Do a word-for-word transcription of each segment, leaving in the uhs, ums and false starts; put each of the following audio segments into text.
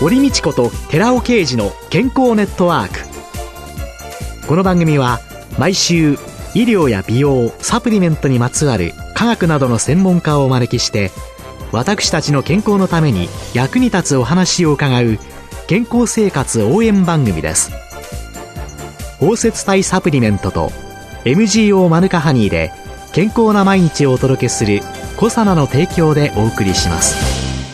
堀道子と寺尾啓二の健康ネットワーク。この番組は毎週医療や美容、サプリメントにまつわる科学などの専門家をお招きして、私たちの健康のために役に立つお話を伺う健康生活応援番組です。包摂体サプリメントと エムジーオー マヌカハニーで健康な毎日をお届けするコサナの提供でお送りします。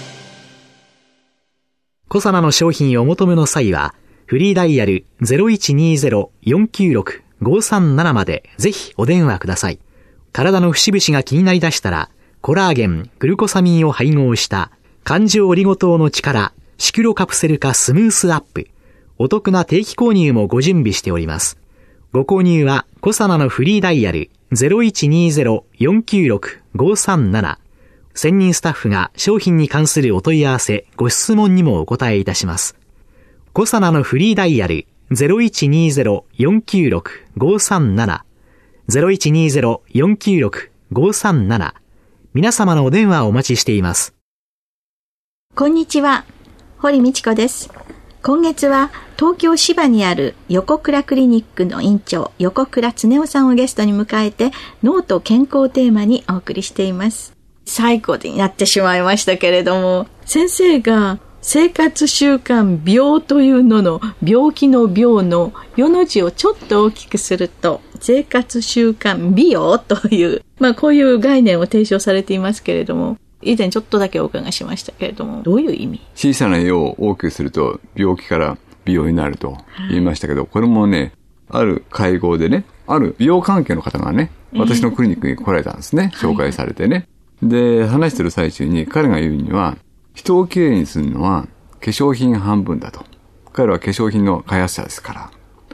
コサナの商品をお求めの際はフリーダイヤル ゼロいちにゼロ よんきゅうろく ごさんなな までぜひお電話ください。体の節々が気になりだしたら、コラーゲン、グルコサミンを配合した環状オリゴ糖の力シクロカプセル化スムースアップ、お得な定期購入もご準備しております。ご購入はコサナのフリーダイヤル ゼロいちにゼロ よんきゅうろく ごさんなな、専任スタッフが商品に関するお問い合わせ、ご質問にもお答えいたします。コサナのフリーダイヤル ゼロいちにゼロ よんきゅうろく ごさんなな ゼロいちにゼロ よんきゅうろく ごさんなな、皆様のお電話をお待ちしています。 こんにちは、堀道子です。今月は東京芝にある横倉クリニックの院長横倉恒夫さんをゲストに迎えて、脳と健康をテーマにお送りしています。最後になってしまいましたけれども、先生が生活習慣病というのの病気の病のよの字をちょっと大きくすると生活習慣美容という、まあこういう概念を提唱されていますけれども、以前ちょっとだけお伺いしましたけれども、どういう意味？ 小さな絵を大きくすると病気から美容になると言いましたけど、はい、これもね、ある会合でね、ある美容関係の方がね、私のクリニックに来られたんですね、えー、紹介されてね、はい、で話してる最中に彼が言うには、人をきれいにするのは化粧品半分だと。彼は化粧品の開発者ですから。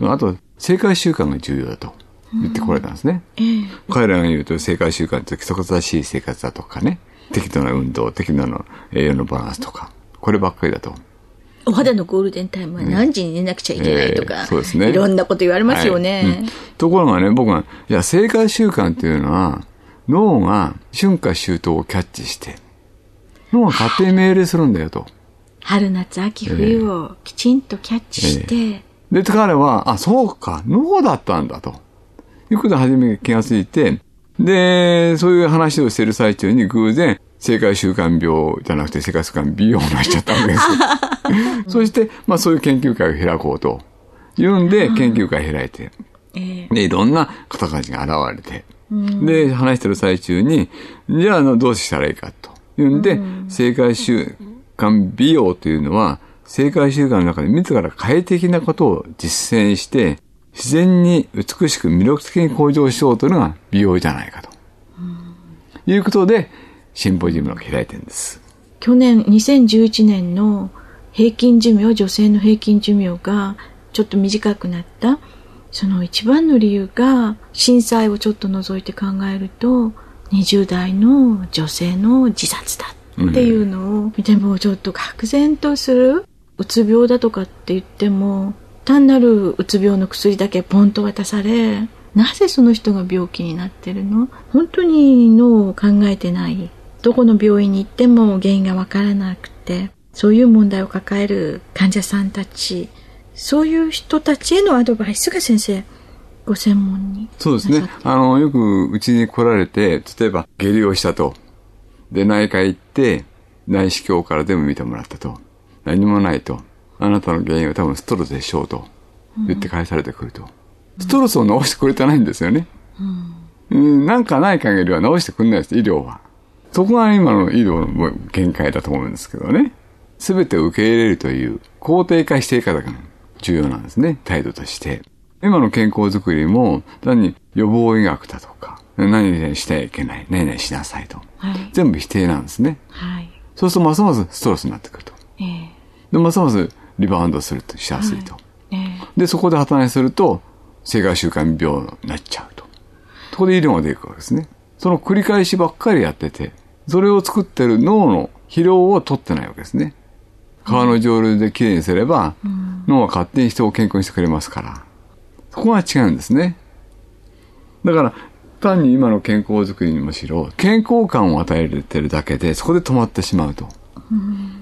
あと生活習慣が重要だと言ってこられたんですね、うんえー、彼らが言うと生活習慣って規則正しい生活だとかね、適度な運動、適度な栄養のバランスとか、こればっかりだと。 お肌のゴールデンタイムは何時に寝なくちゃいけないとか、ねえー、そうですね、いろんなこと言われますよね、 はいうん、ところがね、僕は、いや、生活習慣っていうのは、脳が春夏秋冬をキャッチして、脳が勝手に命令するんだよと。 春夏秋冬をきちんとキャッチして、えーえー、で、彼は、あ、そうか、脳だったんだと。いうことで初めて気がついて、で、そういう話をしている最中に偶然、生活習慣病じゃなくて生活習慣美容になっちゃったわけですよ。そして、まあそういう研究会を開こうというんで、研究会を開いて、で、いろんな方たちが現れて、で、話している最中に、じゃあどうしたらいいかというんで、生活習慣美容というのは、生活習慣の中で自ら快適なことを実践して、自然に美しく魅力的に向上しようというのが美容じゃないかと。いうことで、シンポジウムを開いてるんです。 去年にせんじゅういちねんの平均寿命、女性の平均寿命がちょっと短くなった。その一番の理由が、震災をちょっと除いて考えると、にじゅう代の女性の自殺だっていうのを見てもちょっと愕然とする。うつ病だとかって言っても、単なるうつ病の薬だけポンと渡され、なぜその人が病気になってるの？本当に脳を考えてない。どこの病院に行っても原因がわからなくて、そういう問題を抱える患者さんたち、そういう人たちへのアドバイスが先生、ご専門に。 そうですね。あの、よくうちに来られて、例えば下痢をしたと。で、内科行って、内視鏡から全部見てもらったと。何もないと。あなたの原因は多分ストレスでしょうと言って返されてくると、うん、ストレスを治してくれてないんですよね、うんうん、なんかない限りは治してくれないです、医療は。そこが今の医療の限界だと思うんですけどね。全てを受け入れるという肯定化していか方が重要なんですね、態度として。今の健康づくりも単に予防医学だとか、何々してはいけない、何々しなさいと、はい、全部否定なんですね、はい、そうするとますますストレスになってくると、えー、でますますリバウンドするとしやすいと、はいえー、でそこで破綻すると生活習慣病になっちゃうと。そこで医療が出てくるわけですね。その繰り返しばっかりやってて、それを作ってる脳の疲労を取ってないわけですね。川の上流できれいにすれば、うん、脳は勝手に人を健康にしてくれますから、そこが違うんですね。だから単に今の健康づくりにもしろ健康感を与えてるだけでそこで止まってしまうと、うん、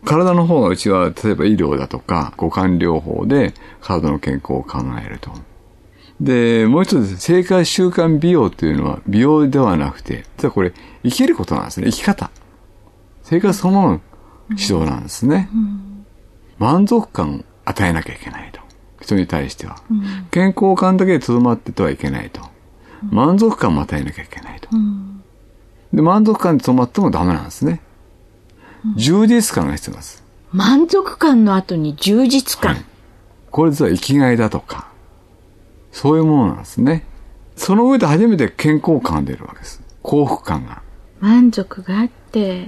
体の方がうちは、例えば医療だとか、五感療法で体の健康を考えると。で、もう一つ、生活習慣美容というのは、美容ではなくて、実はこれ、生きることなんですね。生き方。生活そのものの指導なんですね。うんうん、満足感を与えなきゃいけないと。人に対しては。うん、健康感だけで留まっててはいけないと。満足感も与えなきゃいけないと。うん、で、満足感で止まってもダメなんですね。充実感が必要なんです。 満足感の後に充実感。はい、 これ実は生きがいだとか、そういうものなんですね。その上で初めて健康感が出るわけです。幸福感が。 満足があって、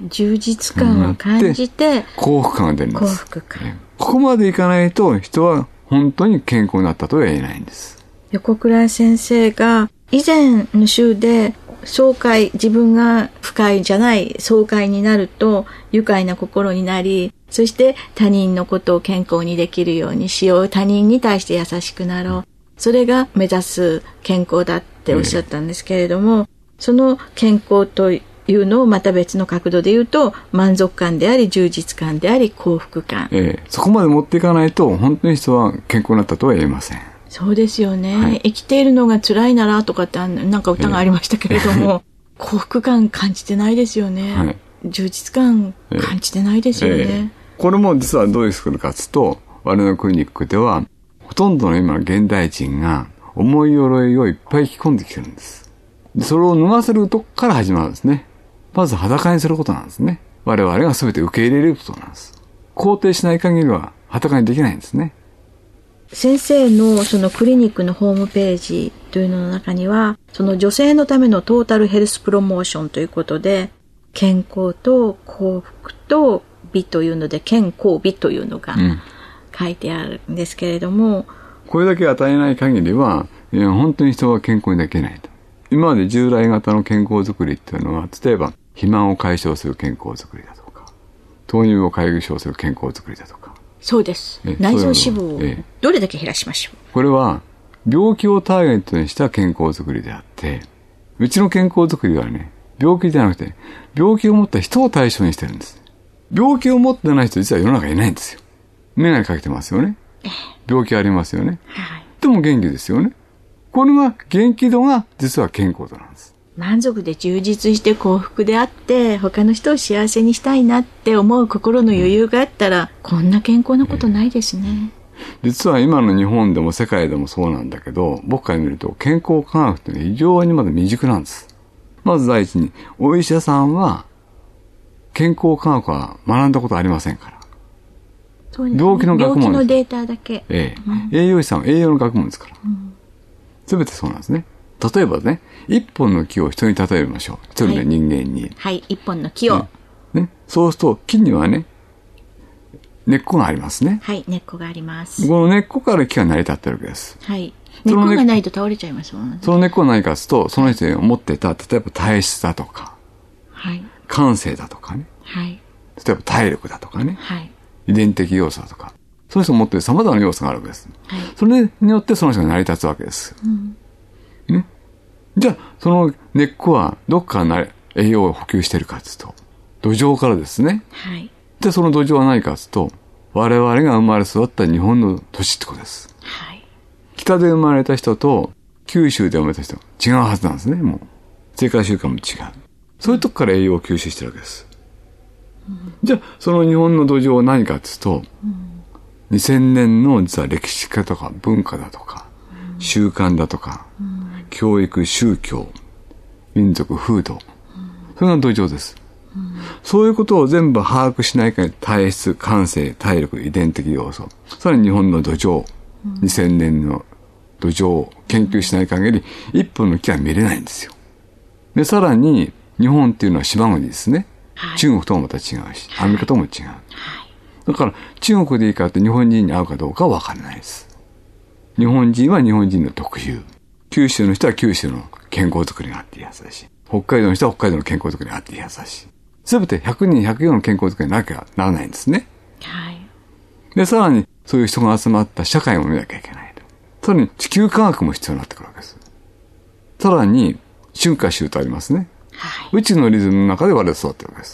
充実感を感じて、 幸福感が出るんです。 幸福感。 ここまでいかないと人は本当に健康になったとは言えないんです。 横倉先生が以前の週で、爽快、自分が不快じゃない爽快になると愉快な心になり、そして他人のことを健康にできるようにしよう。他人に対して優しくなろう。うん、それが目指す健康だっておっしゃったんですけれども、ええ、その健康というのをまた別の角度で言うと、満足感であり充実感であり幸福感。 ええ、そこまで持っていかないと本当に人は健康になったとは言えません。 そうですよね、はい、生きているのが辛いならとかってなんか歌がありましたけれども、えー、幸福感感じてないですよね、はい、充実感感じてないですよね、えーえー、 これも実はどういうことかというと、我々のクリニックではほとんどの今の現代人が重い鎧をいっぱい着込んできてるんです。でそれを脱がせるとこから始まるんですね。まず裸にすることなんですね。我々が全て受け入れることなんです。肯定しない限りは裸にできないんですね。 先生のそのクリニックのホームページというのの中には、その女性のためのトータルヘルスプロモーションということで、健康と幸福と美というので、健康美というのが書いてあるんですけれども、うん、 これだけ与えない限りは、いや本当に人は健康にできないと。今まで従来型の健康づくりっていうのは、例えば肥満を解消する健康づくりだとか、糖尿病を解消する健康づくりだとか、 そうです。内臓脂肪をどれだけ減らしましょう。 これは病気をターゲットにした健康づくりであって、うちの健康づくりはね、病気じゃなくて病気を持った人を対象にしてるんです。病気を持ってない人実は世の中にいないんですよ。眼鏡かけてますよね。病気ありますよね。はい、でも元気ですよね。これが元気度が実は健康度なんです。 満足で充実して幸福であって、他の人を幸せにしたいなって思う心の余裕があったら、うん、こんな健康なことないですね、 えー、実は今の日本でも世界でもそうなんだけど、僕から見ると健康科学って非常にまだ未熟なんです。まず第一に、お医者さんは健康科学は学んだことありませんから。 そうですね、病気の学問、病気のデータだけ、 えーうん、栄養士さんは栄養の学問ですから、すべ、うん、てそうなんですね。例えばね、一本の木を人に例えましょう。一人の人間に。 はい、はい、一本の木を、 ねね。そうすると、木にはね、根っこがありますね。 はい、根っこがあります。 この根っこから木が成り立ってるわけです。 はい。根っこがないと倒れちゃいますもんね。 その根っこが何かというと、その人が持ってた、例えば体質だとか、はい。感性だとかね。はい。例えば体力だとかね。はい。遺伝的要素だとか。その人が持っている様々な要素があるわけです。はい。それによってその人が成り立つわけです。うん。ね。じゃあ、その根っこはどっから栄養を補給しているかというと、土壌からですね。はい。で、その土壌は何かというと、我々が生まれ育った日本の土地ってことです。はい。北で生まれた人と九州で生まれた人違うはずなんですね、もう。生活習慣も違う。そういうとこから栄養を吸収してるわけです。うん、じゃあ、その日本の土壌は何かというと、うん、にせんねんの実は歴史家とか文化だとか、うん、習慣だとか、うん、教育、宗教、民族、風土、うん、それが土壌です。うん、そういうことを全部把握しない限り、体質、感性、体力、遺伝的要素、さらに日本の土壌、うん、にせんねんの土壌を研究しない限り、一本の木は見れないんですよ。で、さらに、日本っていうのは島国ですね。はい、中国ともまた違うし、アメリカとも違う。はい、だから、中国でいいかって日本人に合うかどうかは分からないです。日本人は日本人の特有。九州の人は九州の健康づくりがあっていいはずだし、北海道の人は北海道の健康づくりがあっていいはずだし、すべてひゃくにんひゃくよんの健康づくりがなきゃならないんですね。はい。で、さらに、そういう人が集まった社会も見なきゃいけないと。さらに、地球科学も必要になってくるわけです。さらに、春夏秋冬ありますね。はい。宇宙のリズムの中で我々育ってるわけです。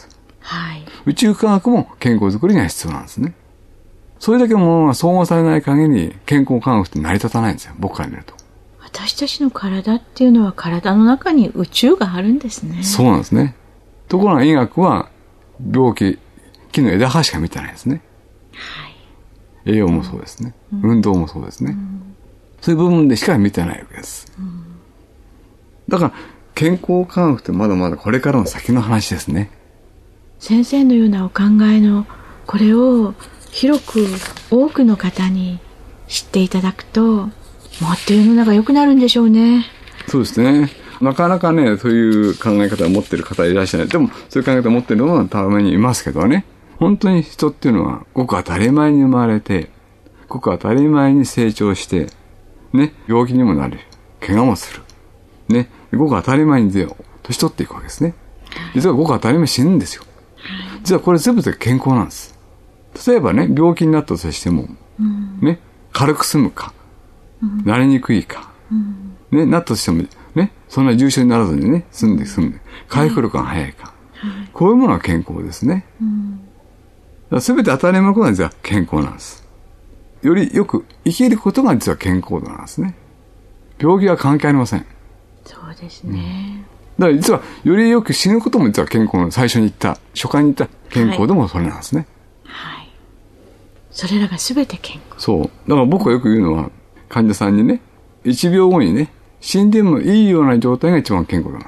はい。 宇宙科学も健康づくりには必要なんですね。それだけのものが総合されない限り、健康科学って成り立たないんですよ。僕から見ると。 私たちの体っていうのは体の中に宇宙があるんですね。 そうなんですね。ところが医学は病気、木の枝葉しか見てないですね。 はい。 栄養もそうですね。 うん、 運動もそうですね、うん。そういう部分でしか見てないわけです。うん、だから健康科学ってまだまだこれからの先の話ですね。 先生のようなお考えのこれを広く多くの方に知っていただくと、もっと世の中良くなるんでしょうね。 そうですね。なかなかね、そういう考え方を持っている方いらっしゃらない。でも、そういう考え方を持っているのはたまにいますけどね。本当に人っていうのは、ごく当たり前に生まれて、ごく当たり前に成長して、ね、病気にもなる。怪我もする。ね、ごく当たり前に年取っていくわけですね。実はごく当たり前に死ぬんですよ。実はこれ全部で健康なんです。例えばね、病気になったとしても、うん、ね、軽く済むか、うん、なりにくいか、うん、ね、なったとしても、ね、そんな重症にならずにね、済んで済んで、回復力が早いか、はい、こういうものは健康ですね。うん、すべて当たり前のことが実は健康なんです。よりよく生きることが実は健康度なんですね。病気は関係ありません。 そうですね。 うん、だから実はよりよく死ぬことも実は健康の最初に言った、初回に言った健康度もそれなんですね。 はい。はい、それらがすべて健康。 そう。だから僕がよく言うのは、患者さんにね、いちびょうごにね、死んでもいいような状態が一番健康なんです。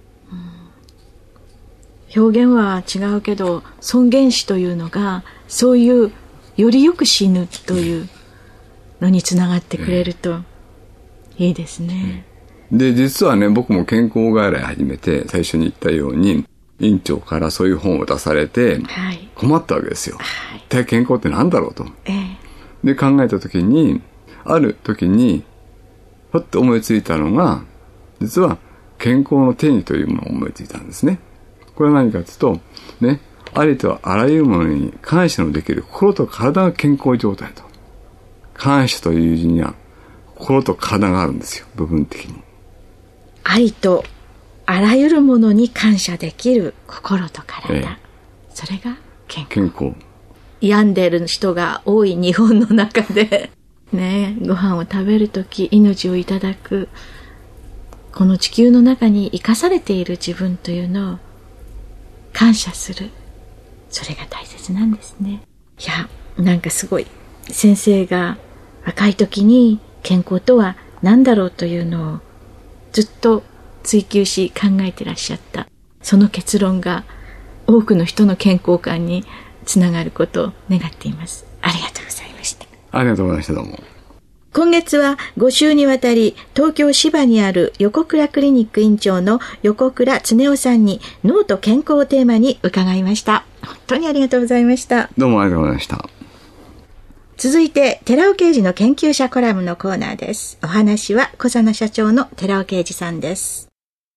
うん、表現は違うけど、尊厳死というのが、そういうよりよく死ぬというのにつながってくれるといいですね。 えー、で、実はね、僕も健康外来始めて、最初に言ったように、院長からそういう本を出されて、困ったわけですよ。はい、一体健康って何だろうと。えー、で、考えたときに、ある時に、ふっと思いついたのが、実は健康の定義というものを思いついたんですね。これは何かというと、ね、ありとあらゆるものに感謝のできる心と体が健康状態と。感謝という字には心と体があるんですよ、部分的に。 ありとあらゆるものに感謝できる心と体。ええ、それが健康。 健康。 病んでる人が多い日本の中で、ね、ご飯を食べるとき、命をいただく、この地球の中に生かされている自分というのを感謝する。それが大切なんですね。いや、なんかすごい、先生が若い時に健康とは何だろうというのをずっと追求し考えてらっしゃった。その結論が多くの人の健康観につながることを願っています。ありがとうございました。 ありがとうございました。どうも。 今月はご週にわたり東京芝にある横倉クリニック院長の横倉恒夫さんに脳と健康をテーマに伺いました。本当にありがとうございました。 どうもありがとうございました。 続いて寺尾啓二の研究者コラムのコーナーです。お話は小佐野社長の寺尾啓二さんです。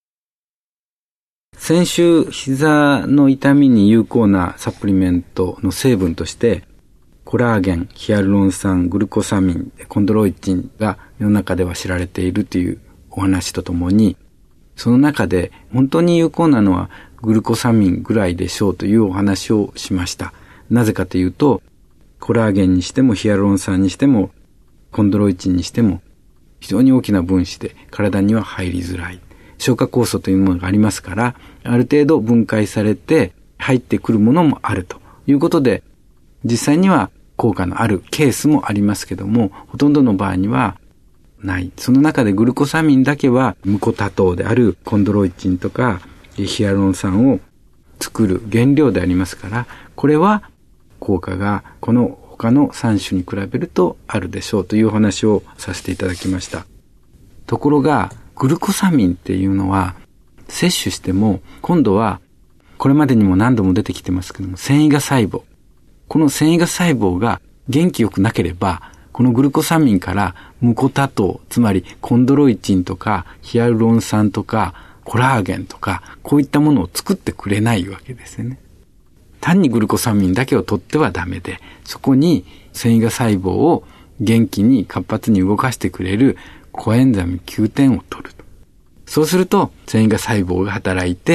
先週膝の痛みに有効なサプリメントの成分としてコラーゲン、ヒアルロン酸、グルコサミン、コンドロイチンが世の中では知られているというお話とともに、その中で本当に有効なのはグルコサミンぐらいでしょうというお話をしました。なぜかというと、コラーゲンにしてもヒアルロン酸にしてもコンドロイチンにしても非常に大きな分子で体には入りづらい。消化酵素というものがありますから、ある程度分解されて入ってくるものもあるということで、実際には効果のあるケースもありますけども、ほとんどの場合にはない。その中でグルコサミンだけは無コ多糖であるコンドロイチンとかヒアルロン酸を作る原料でありますから、これは効果がこの他のさん種に比べるとあるでしょうというお話をさせていただきました。ところがグルコサミンっていうのは摂取しても今度はこれまでにも何度も出てきてますけども、繊維芽細胞、この繊維芽細胞が元気よくなければ、このグルコサミンから無コ多糖、つまりコンドロイチンとかヒアルロン酸とかコラーゲンとか、こういったものを作ってくれないわけですよね。単にグルコサミンだけを取ってはダメで、そこに繊維芽細胞を元気に活発に動かしてくれるコエンザイム キューテン を取ると。そうすると繊維芽細胞が働いて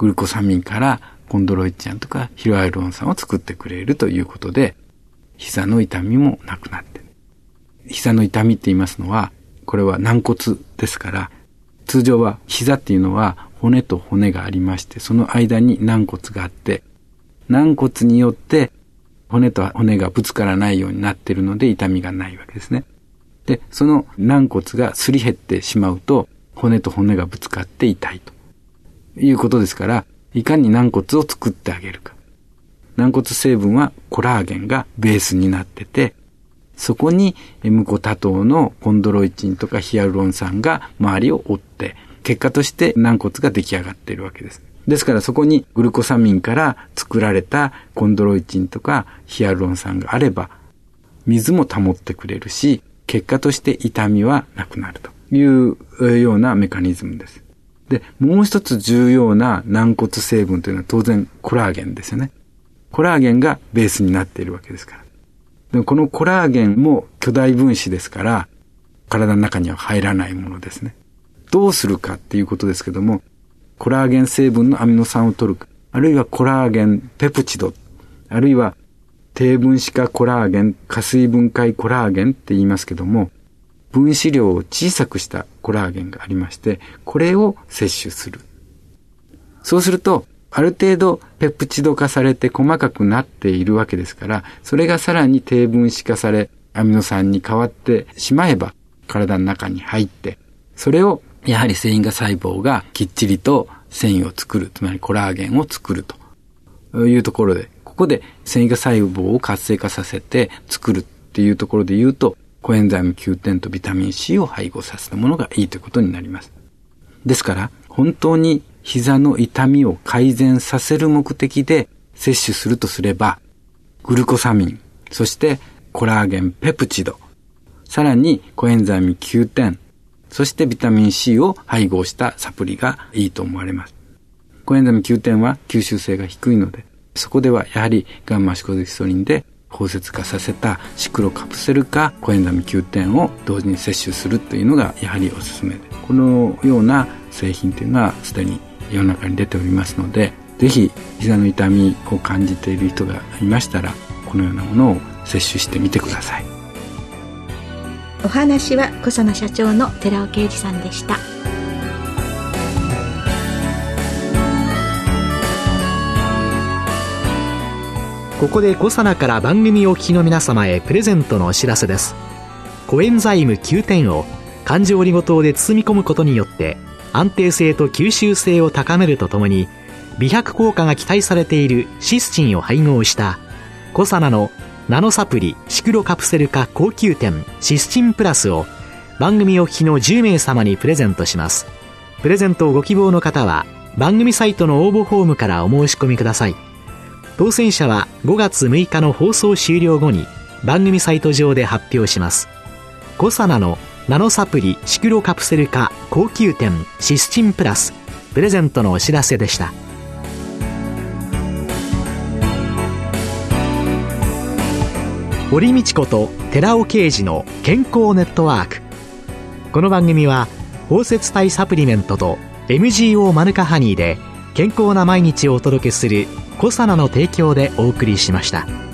グルコサミンからコンドロイチンとかヒロアルロン酸を作ってくれるということで、膝の痛みもなくなってる。膝の痛みって言いますのは、これは軟骨ですから、通常は膝っていうのは骨と骨がありまして、その間に軟骨があって、軟骨によって骨と骨がぶつからないようになっているので痛みがないわけですね。で、その軟骨がすり減ってしまうと、骨と骨がぶつかって痛いということですから、いかに軟骨を作ってあげるか。軟骨成分はコラーゲンがベースになってて、そこにムコ多糖のコンドロイチンとかヒアルロン酸が周りを覆って、結果として軟骨が出来上がっているわけです。ですからそこにグルコサミンから作られたコンドロイチンとかヒアルロン酸があれば、水も保ってくれるし、結果として痛みはなくなるというようなメカニズムです。で、もう一つ重要な軟骨成分というのは当然コラーゲンですよね。コラーゲンがベースになっているわけですから。でもこのコラーゲンも巨大分子ですから、体の中には入らないものですね。どうするかっていうことですけども、コラーゲン成分のアミノ酸を取るか、あるいはコラーゲンペプチド、あるいは低分子化コラーゲン、下水分解コラーゲンって言いますけども、分子量を小さくしたコラーゲンがありまして、これを摂取する。そうすると、ある程度ペプチド化されて細かくなっているわけですから、それがさらに低分子化され、アミノ酸に変わってしまえば、体の中に入って、それをやはり繊維が細胞がきっちりと繊維を作る、つまりコラーゲンを作るというところで、ここで繊維が細胞を活性化させて作るっていうところで言うと、コエンザイム キューテン とビタミン C を配合させたものがいいということになります。ですから、本当に膝の痛みを改善させる目的で摂取するとすれば、グルコサミン、そしてコラーゲンペプチド、さらにコエンザイム キューテン、そしてビタミン C を配合したサプリがいいと思われます。コエンザイム キューテン は吸収性が低いので、そこではやはりガンマシコデキソリンで包摂化させたシクロカプセルかコエンザイム キューテン を同時に摂取するというのがやはりおすすめで、このような製品というのはすでに世の中に出ておりますので、ぜひ膝の痛みを感じている人がいましたら、このようなものを摂取してみてください。 お話は小佐奈社長の寺尾啓二さんでした。 ここでコサナから番組お聞きの皆様へプレゼントのお知らせです。コエンザイム キューテン を環状オリゴ糖で包み込むことによって安定性と吸収性を高めるとともに美白効果が期待されているシスチンを配合したコサナのナノサプリシクロカプセル化高級店シスチンプラスを番組お聞きのじゅうめい様にプレゼントします。プレゼントをご希望の方は番組サイトの応募フォームからお申し込みください。当選者はごがつむいかの放送終了後に番組サイト上で発表します。コサナのナノサプリシクロカプセル化高級店シスチンプラスプレゼントのお知らせでした。堀道子と寺尾啓二の健康ネットワーク。この番組は包摂体サプリメントと エムジーオー マヌカハニーで健康な毎日をお届けするコサナの提供でお送りしました。